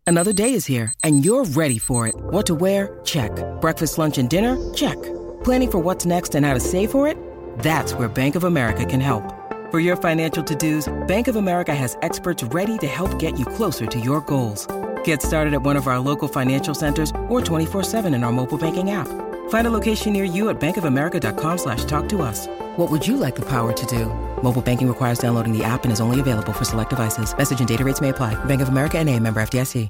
Another day is here, and you're ready for it. What to wear? Check. Breakfast, lunch, and dinner? Check. Planning for what's next and how to save for it? That's where Bank of America can help. For your financial to-dos, Bank of America has experts ready to help get you closer to your goals. Get started at one of our local financial centers or 24/7 in our mobile banking app. Find a location near you at bankofamerica.com/talktous. What would you like the power to do? Mobile banking requires downloading the app and is only available for select devices. Message and data rates may apply. Bank of America N.A., member FDIC.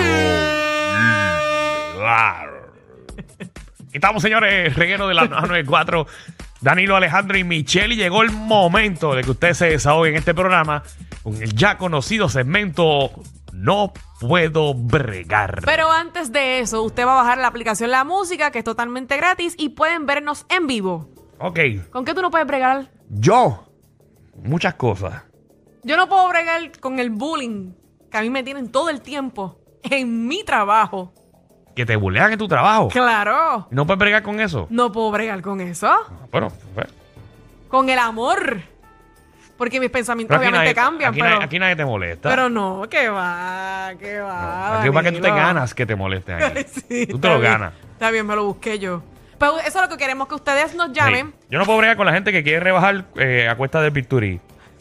Claro. Estamos, señores, reguero de la 994. Danilo, Alejandro y Michelle. Y llegó el momento de que usted se desahogue en este programa con el ya conocido segmento No Puedo Bregar. Pero antes de eso, usted va a bajar la aplicación La Música, que es totalmente gratis, y pueden vernos en vivo. Ok. ¿Con qué tú no puedes bregar? Yo, muchas cosas. Yo no puedo bregar con el bullying que a mí me tienen todo el tiempo en mi trabajo. Que te bulean en tu trabajo. ¡Claro! ¿No puedes bregar con eso? No puedo bregar con eso. Bueno, pues. Con el amor. Porque mis pensamientos obviamente cambian. Aquí nadie te molesta. Pero no, que va, que va. No, aquí es para que tú te ganas que te molesten aquí. Sí, tú te lo ganas. Está bien, me lo busqué yo. Pero eso es lo que queremos, que ustedes nos llamen. Sí. Yo no puedo bregar con la gente que quiere rebajar a cuesta del bisturí.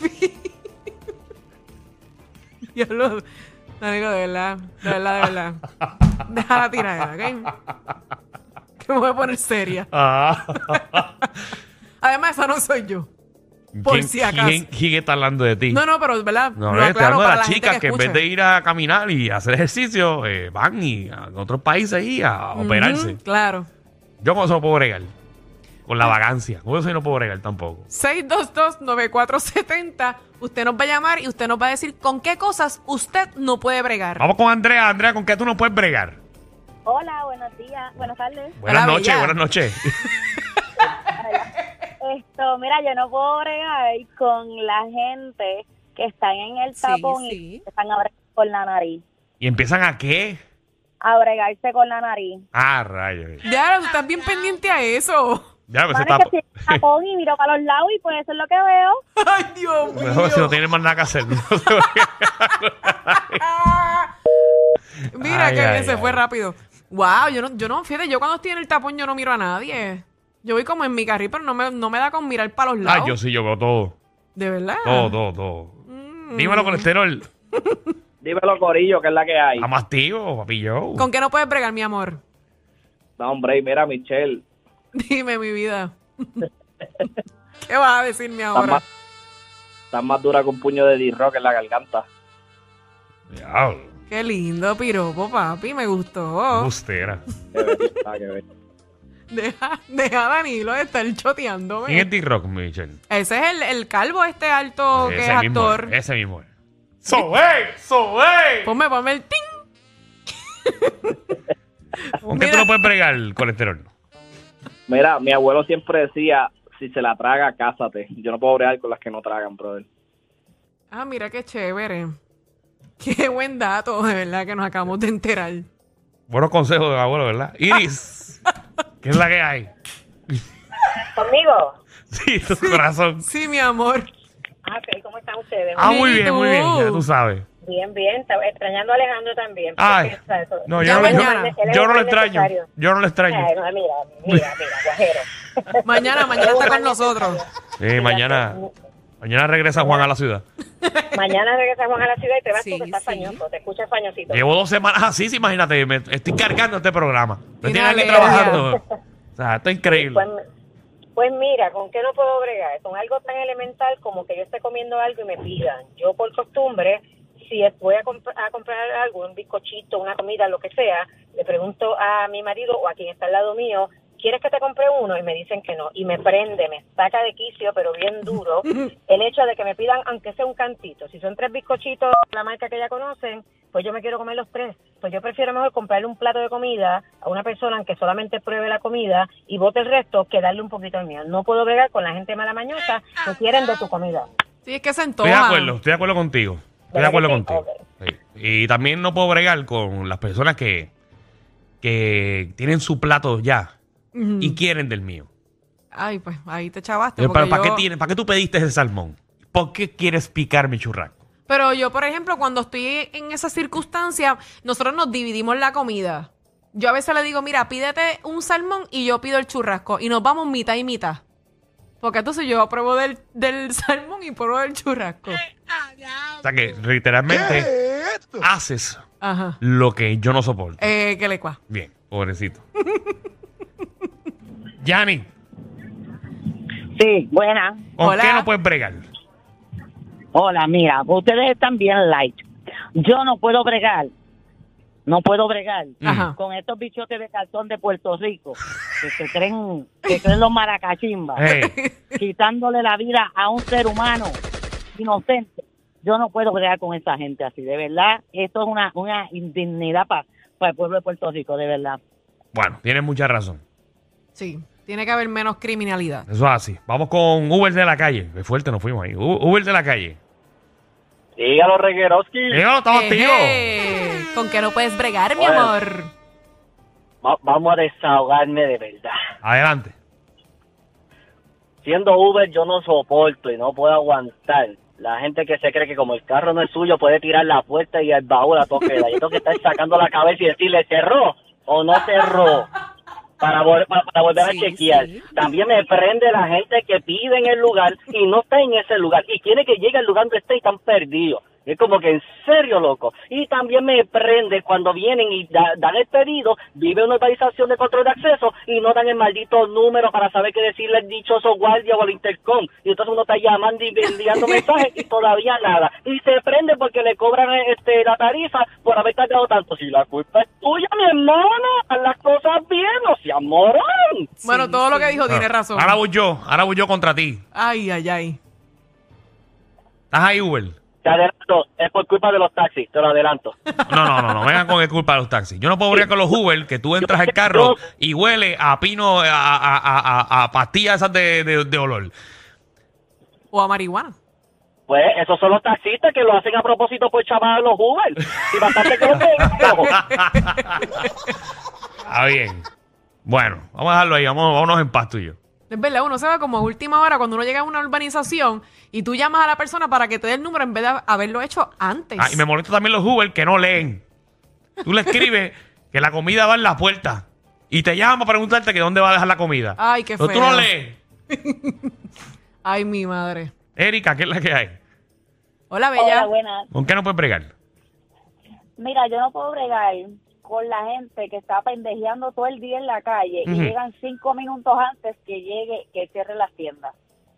Yo lo digo de verdad. Deja la tiradera, ¿ok? Que me voy a poner seria. Además, esa no soy yo. Por si acaso. ¿Quién está hablando de ti? No, pero ¿verdad? No, estoy hablando de las chicas que en vez de ir a caminar y hacer ejercicio, van a otros países ahí a operarse. Claro. Yo con eso no puedo bregar. Con la vagancia. Con eso no puedo bregar tampoco. 622-9470. Usted nos va a llamar y usted nos va a decir con qué cosas usted no puede bregar. Vamos con Andrea. Andrea, ¿con qué tú no puedes bregar? Hola, buenos días, buenas tardes. Buenas Hola, noches, bella. buenas noches. Mira, yo no puedo bregar con la gente que están en el tapón sí. y están a bregar con la nariz. ¿Y empiezan a qué? A bregarse con la nariz. Ah, rayos. Ya, tú estás bien pendiente a eso. Ya, pues se Mano, es que si el tapón y miro para los lados y pues eso es lo que veo. Ay, Dios mío. Mejor si no tienes más nada que hacer. Mira Ay, que bien ay, se ay. fue rápido. Wow, fíjate, yo cuando estoy en el tapón yo no miro a nadie. Yo voy como en mi carril, pero no me da con mirar para los lados. Ay, yo sí, yo veo todo. ¿De verdad? Todo. Dímelo, colesterol. Dímelo, Corillo, que es la que hay. Estamos activos, papi Joe. ¿Con qué no puedes bregar, mi amor? No, hombre, y mira, Michelle, Dime, mi vida. ¿Qué vas a decirme ahora? estás más dura que un puño de D-Rock en la garganta. Diablo. Qué lindo piropo, papi, me gustó. Bustera. Qué belleza, qué belleza. Deja a Danilo de estar choteándome. ¿Quién es D-Rock, Michelle? Ese es el calvo alto que es actor. Ese mismo. ¡Soey! Ponme el ting. ¿Con qué tú no puedes bregar el colesterol? Mira, mi abuelo siempre decía, si se la traga, cásate. Yo no puedo bregar con las que no tragan, brother. Ah, mira qué chévere. Qué buen dato, de verdad, que nos acabamos de enterar. Buenos consejos del abuelo, ¿verdad? Iris, ¿qué es la que hay? ¿Conmigo? Sí, tu corazón. Sí, mi amor. Ok, ¿cómo están ustedes? Muy ¿Y bien, tú? muy bien, ya tú sabes. Bien, estaba extrañando a Alejandro también. Ay, no, Ya mañana. yo no lo extraño. Yo no lo extraño. Mira, guajero. Mañana está con nosotros. Sí, mañana regresa Juan a la ciudad. Mañana regresamos a la ciudad y te vas Sí, tú que estás sí. fañoso, te escuchas fañosito. Llevo 2 semanas así, sí, imagínate, me estoy cargando este programa. Me Tiene tienen aquí alergia. trabajando. O sea, está increíble. Pues mira, ¿con qué no puedo bregar? Con algo tan elemental como que yo esté comiendo algo y me pidan. Yo por costumbre, si voy a comprar algo, un bizcochito, una comida, lo que sea, le pregunto a mi marido o a quien está al lado mío, ¿quieres que te compre uno? Y me dicen que no. Y me prende, me saca de quicio, pero bien duro, el hecho de que me pidan, aunque sea un cantito. Si son 3 bizcochitos, la marca que ya conocen, pues yo me quiero comer los 3. Pues yo prefiero mejor comprarle un plato de comida a una persona que solamente pruebe la comida y bote el resto que darle un poquito al mío. No puedo bregar con la gente mala mañosa que quieren de tu comida. Sí, es que se Estoy antoja. de acuerdo contigo. Estoy de acuerdo contigo. Sí. Y también no puedo bregar con las personas que tienen su plato ya y quieren del mío. Ay, pues ahí te chavaste. Pero porque ¿para qué tú pediste ese salmón? ¿Por qué quieres picar mi churrasco? Pero yo, por ejemplo, cuando estoy en esa circunstancia, nosotros nos dividimos la comida. Yo a veces le digo, mira, pídete un salmón y yo pido el churrasco. Y nos vamos mitad y mitad. Porque entonces yo pruebo del salmón y pruebo del churrasco. O sea que literalmente haces Ajá. lo que yo no soporto. ¿Qué le cua? Bien, pobrecito. Yanni, Sí, buena. ¿con Hola. qué no puedes bregar? Hola, mira, ustedes están bien light. Yo no puedo bregar Ajá. con estos bichotes de cartón de Puerto Rico que creen los maracachimbas, Hey, quitándole la vida a un ser humano inocente. Yo no puedo bregar con esa gente así, de verdad. Esto es una indignidad para el pueblo de Puerto Rico, de verdad. bueno, tienes mucha razón. Sí, tiene que haber menos criminalidad. Eso es así. Vamos con Uber de la calle. Qué fuerte nos fuimos ahí. Uber de la calle. Dígalo, Regueroski. Dígalo, estamos activos. ¿Con qué no puedes bregar, mi Bueno. amor? Vamos a desahogarme de verdad. Adelante. Siendo Uber yo no soporto y no puedo aguantar la gente que se cree que como el carro no es suyo puede tirar la puerta y el baúl a toque. Yo tengo que estar sacando la cabeza y decirle cerró o no cerró para volver a chequear. Sí. También me prende la gente que pide en el lugar y no está en ese lugar y quiere que llegue al lugar donde esté y están perdidos. Es como que en serio, loco. Y también me prende cuando vienen y dan el pedido, vive una urbanización de control de acceso y no dan el maldito número para saber qué decirle al dichoso guardia o al intercom. Y entonces uno está llamando y enviando mensajes y todavía nada. Y se prende porque le cobran la tarifa por haber tardado tanto. Si la culpa es tuya, mi hermano, haz las cosas bien, no seas morón. Bueno, todo lo que dijo tiene razón. Ahora voy yo contra ti. Ay, ay, ay. ¿Estás ahí, Uber? Te adelanto, es por culpa de los taxis, te lo adelanto. No vengan con el culpa de los taxis. Yo no puedo bregar con los Uber, que tú entras al carro y huele a pino, a pastillas esas de olor. O a marihuana. Pues esos son los taxistas que lo hacen a propósito por chaval a los Uber. Y bastante que lo Está bien. Bueno, vamos a dejarlo ahí. Vámonos en paz tú y yo. Es verdad, uno se va como a última hora cuando uno llega a una urbanización y tú llamas a la persona para que te dé el número en vez de haberlo hecho antes. Y me molesta también los Uber que no leen. Tú le escribes que la comida va en la puerta y te llama para preguntarte que dónde va a dejar la comida. Ay, qué Pero feo. tú no lees. Ay, mi madre. Erika, ¿qué es la que hay? Hola, Hola, bella. buenas. ¿Con qué no puedes bregar? Mira, yo no puedo bregar con la gente que está pendejeando todo el día en la calle Ujú. y llegan 5 minutos antes que cierre las tiendas.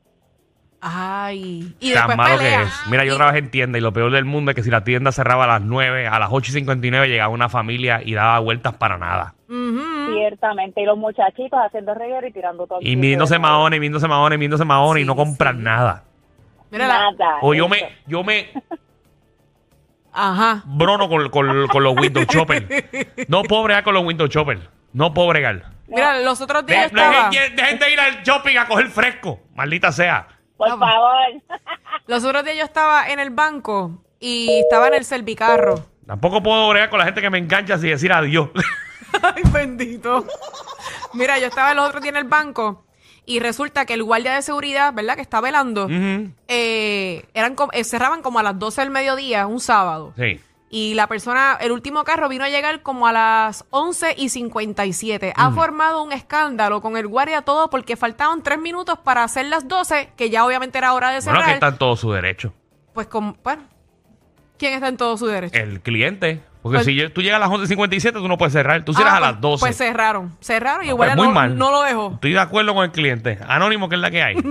Ay. Y Tan después malo que pelean. es. Mira, yo trabajé en tienda y lo peor del mundo es que si la tienda cerraba a las 9, a las 8:59 llegaba una familia y daba vueltas para nada. Ujú. Ciertamente, y los muchachitos haciendo reguero y tirando todo el Y tiempo midiéndose de nuevo. maones y Sí, no compran sí. nada. Mira Nada. O yo eso. me Ajá. brono con los Windows Chopper. No puedo bregar con los Windows Chopper. No puedo bregar. Mira, los otros días yo estaba... Dejen de ir al shopping a coger fresco. Maldita sea. Por Vamos. favor. Los otros días yo estaba en el banco y estaba en el servicarro. Tampoco puedo bregar con la gente que me engancha sin decir adiós. Ay, bendito. Mira, yo estaba los otros días en el banco y resulta que el guardia de seguridad, ¿verdad? Que está velando, Ujú. cerraban como a las 12 del mediodía, un sábado. Sí. Y la persona, el último carro vino a llegar como a las 11:57. Ha formado un escándalo con el guardia todo porque faltaban 3 minutos para hacer las 12, que ya obviamente era hora de cerrar. Bueno, que está en todo su derecho. Pues, bueno, ¿quién está en todo su derecho? El cliente. Porque Pues- si tú llegas a las 11:57, tú no puedes cerrar. Tú cierras a las 12. Pues cerraron y el Pues guardia muy no, mal. no lo dejó. Estoy de acuerdo con el cliente. Anónimo, que es la que hay.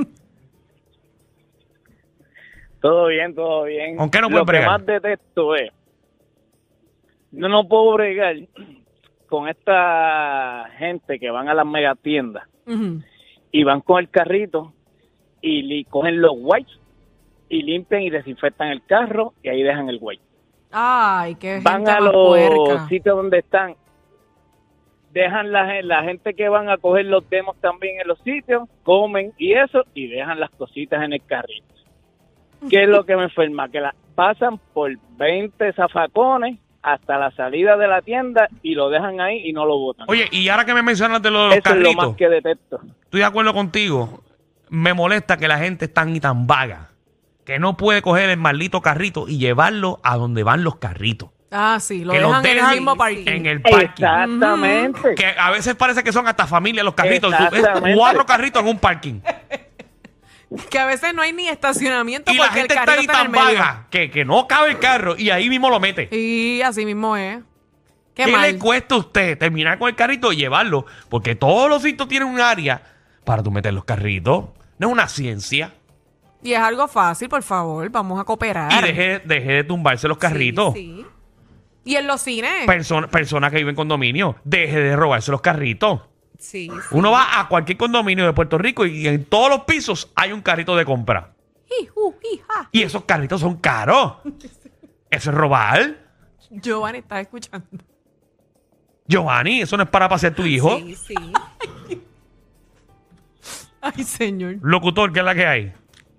Todo bien, todo bien. ¿Con qué no Lo puedes que bregar? más detesto es, no puedo bregar con esta gente que van a las megatiendas Ujú. y van con el carrito y cogen los wipes y limpian y desinfectan el carro y ahí dejan el wipe. Ay, qué Van gente a más los puerca. sitios donde están, dejan la gente que van a coger los demos también en los sitios, comen y eso, y dejan las cositas en el carrito. ¿Qué es lo que me enferma? Que las pasan por 20 zafacones hasta la salida de la tienda y lo dejan ahí y no lo botan. Oye, y ahora que me mencionas de lo de los Eso es lo carritos, más que detesto. estoy de acuerdo contigo. Me molesta que la gente es tan y tan vaga. que no puede coger el maldito carrito y llevarlo a donde van los carritos. Ah, sí, lo Que los dejan en el dejan mismo parking. en el parking. Exactamente. Que a veces parece que son hasta familia los carritos. Exactamente. 4 carritos en un parking. Que a veces no hay ni estacionamiento Y la porque gente el está carrito ahí está en tan el medio. vaga que no cabe el carro y ahí mismo lo mete. Y así mismo es. Qué ¿Qué mal. le cuesta a usted terminar con el carrito y llevarlo? Porque todos los sitios tienen un área para tú meter los carritos. No es una ciencia. Y es algo fácil, por favor, vamos a cooperar. Y deje de tumbarse los carritos. Sí, sí. Y en los cines. Personas que viven en condominio, deje de robarse los carritos. Sí, sí. Uno va a cualquier condominio de Puerto Rico y en todos los pisos hay un carrito de compra. Hija. Y esos carritos son caros. Eso es robar. Giovanni está escuchando. Giovanni, eso no es para pasear tu hijo. Sí, sí. Ay, señor. Locutor, ¿qué es la que hay?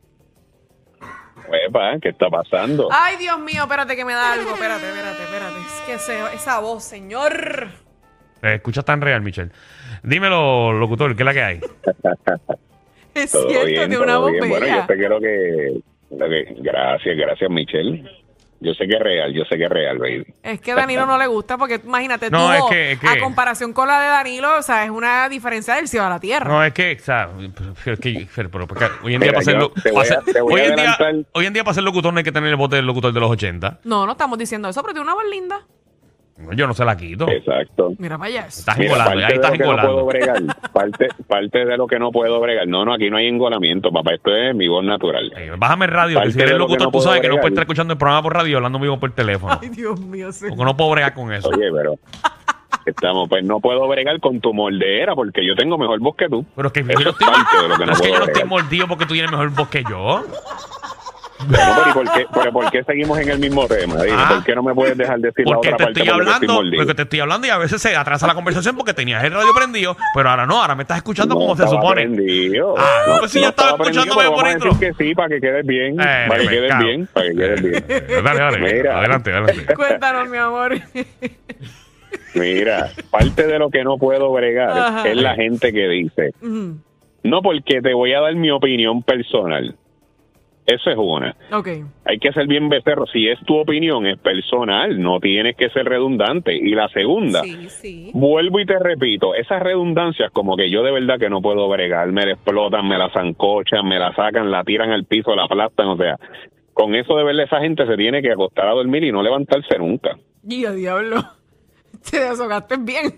Epa, ¿qué está pasando? Ay, Dios mío, espérate que me da algo. Espérate. Es que esa voz, señor. Escuchas tan real, Michelle. Dímelo, locutor, ¿qué es la que hay? Es Todo cierto, bien, de una todo voz bien. Bueno, bella. yo sé que gracias, Michelle. Yo sé que es real, baby. Es que a Danilo no le gusta porque imagínate, No, tu voz, es que- a comparación con la de Danilo, o sea, es una diferencia del cielo a la tierra. No, es que, o sea, pero porque hoy en día Mira, para ser yo te voy a adelantar. hoy en día para ser locutor no hay que tener el bote del locutor de los 80. No estamos diciendo eso, pero tiene una voz linda. Yo no se la quito. Exacto. Mira para allá. Estás Mira, engolando, ahí estás parte de lo que no puedo engolando. bregar, parte de lo que no puedo bregar. No, aquí no hay engolamiento, papá. Esto es mi voz natural. Bájame el radio, que Parte si eres de lo que locutor, no tú sabes puedo que no bregar. puedes estar escuchando el programa por radio y hablando vivo por teléfono. Ay, Dios mío, señor. Porque no puedo bregar con eso. Oye, pero pues no puedo bregar con tu moldera porque yo tengo mejor voz que tú. Pero es que Eso yo no es estoy, parte de lo que no es que yo puedo no estoy bregar. mordido porque tú tienes mejor voz que yo. Bueno, pero ¿por qué seguimos en el mismo tema? Dime, Ah. ¿por qué no me puedes dejar decir la Porque otra te parte? estoy hablando, mordido? porque te estoy hablando y a veces se atrasa la conversación porque tenías el radio prendido, pero ahora no, ahora me estás escuchando como se estaba supone. prendido. Ah, no, pues si ya estaba escuchando, prendido, pero por vamos a dentro. decir que sí, para que quedes bien, para que quedes pecado. bien, para que quedes bien. Dale, Mira. adelante. Cuéntanos, mi amor. Mira, parte de lo que no puedo bregar Ajá. es la gente que dice, Ujú. no porque te voy a dar mi opinión personal. Eso es una. Ok. Hay que ser bien becerro. Si es tu opinión, es personal. No tienes que ser redundante. Y la segunda, Sí. vuelvo y te repito, esas redundancias como que yo de verdad que no puedo bregar. Me la explotan, me la zancochan, me la sacan, la tiran al piso, la aplastan. O sea, con eso de verle esa gente se tiene que acostar a dormir y no levantarse nunca. Y a diablo. Te deshogaste bien.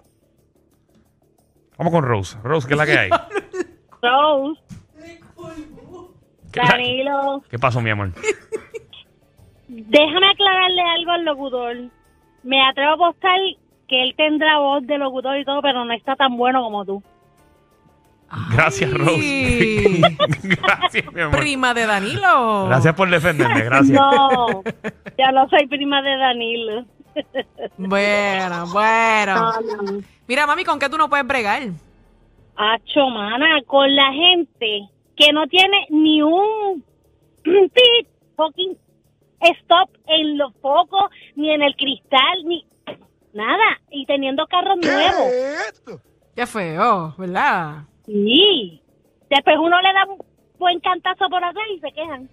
Vamos con Rose. Rose, ¿qué es la que hay? Rose, ¿Qué, Danilo, ¿Qué pasó, mi amor? déjame aclararle algo al locutor. Me atrevo a apostar que él tendrá voz de locutor y todo, pero no está tan bueno como tú. Gracias, Rose. Ay. Gracias, mi amor. Prima de Danilo. Gracias por defenderme, gracias. No, ya no soy prima de Danilo. Bueno. No. Mira, mami, ¿con qué tú no puedes bregar? Acho, mana, con la gente que no tiene ni un pit, fucking stop en los focos, ni en el cristal, ni nada. Y teniendo carros nuevos. Qué feo, ¿verdad? Sí. Después uno le da un buen cantazo por atrás y se quejan.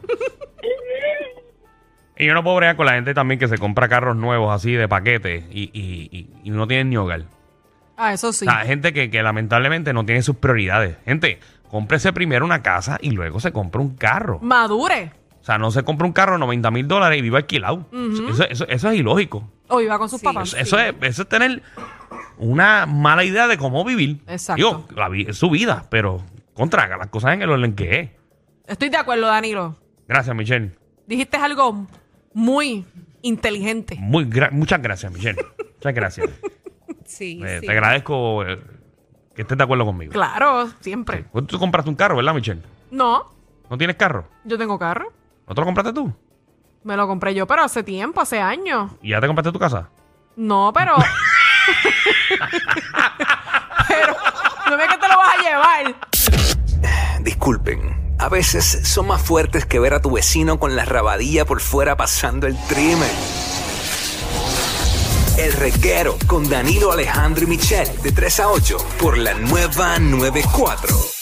Y yo no puedo bregar con la gente también que se compra carros nuevos así de paquete y no tienen ni hogar. Ah, eso sí. O sea, gente que lamentablemente no tiene sus prioridades. Gente, cómprese primero una casa y luego se compra un carro. Madure. O sea, no se compra un carro de $90,000 y viva alquilado. Eso es ilógico. O iba con sus papás. Eso es tener una mala idea de cómo vivir. Exacto. Digo, es su vida, pero haga las cosas en el orden que es. Estoy de acuerdo, Danilo. Gracias, Michelle. Dijiste algo muy inteligente. Muchas gracias, Michelle. Muchas gracias. Sí, Te agradezco que estés de acuerdo conmigo. Claro, siempre. Pues tú compraste un carro, ¿verdad, Michelle? No, ¿No tienes carro? yo tengo carro. ¿No te lo compraste tú? Me lo compré yo, pero hace tiempo, hace años. ¿Y ya te compraste tu casa? No, pero... pero no ves que te lo vas a llevar. Disculpen, a veces son más fuertes que ver a tu vecino con la rabadilla por fuera pasando el trimmer. El Reguero con Danilo, Alejandro y Michelle de 3 a 8 por la nueva 94.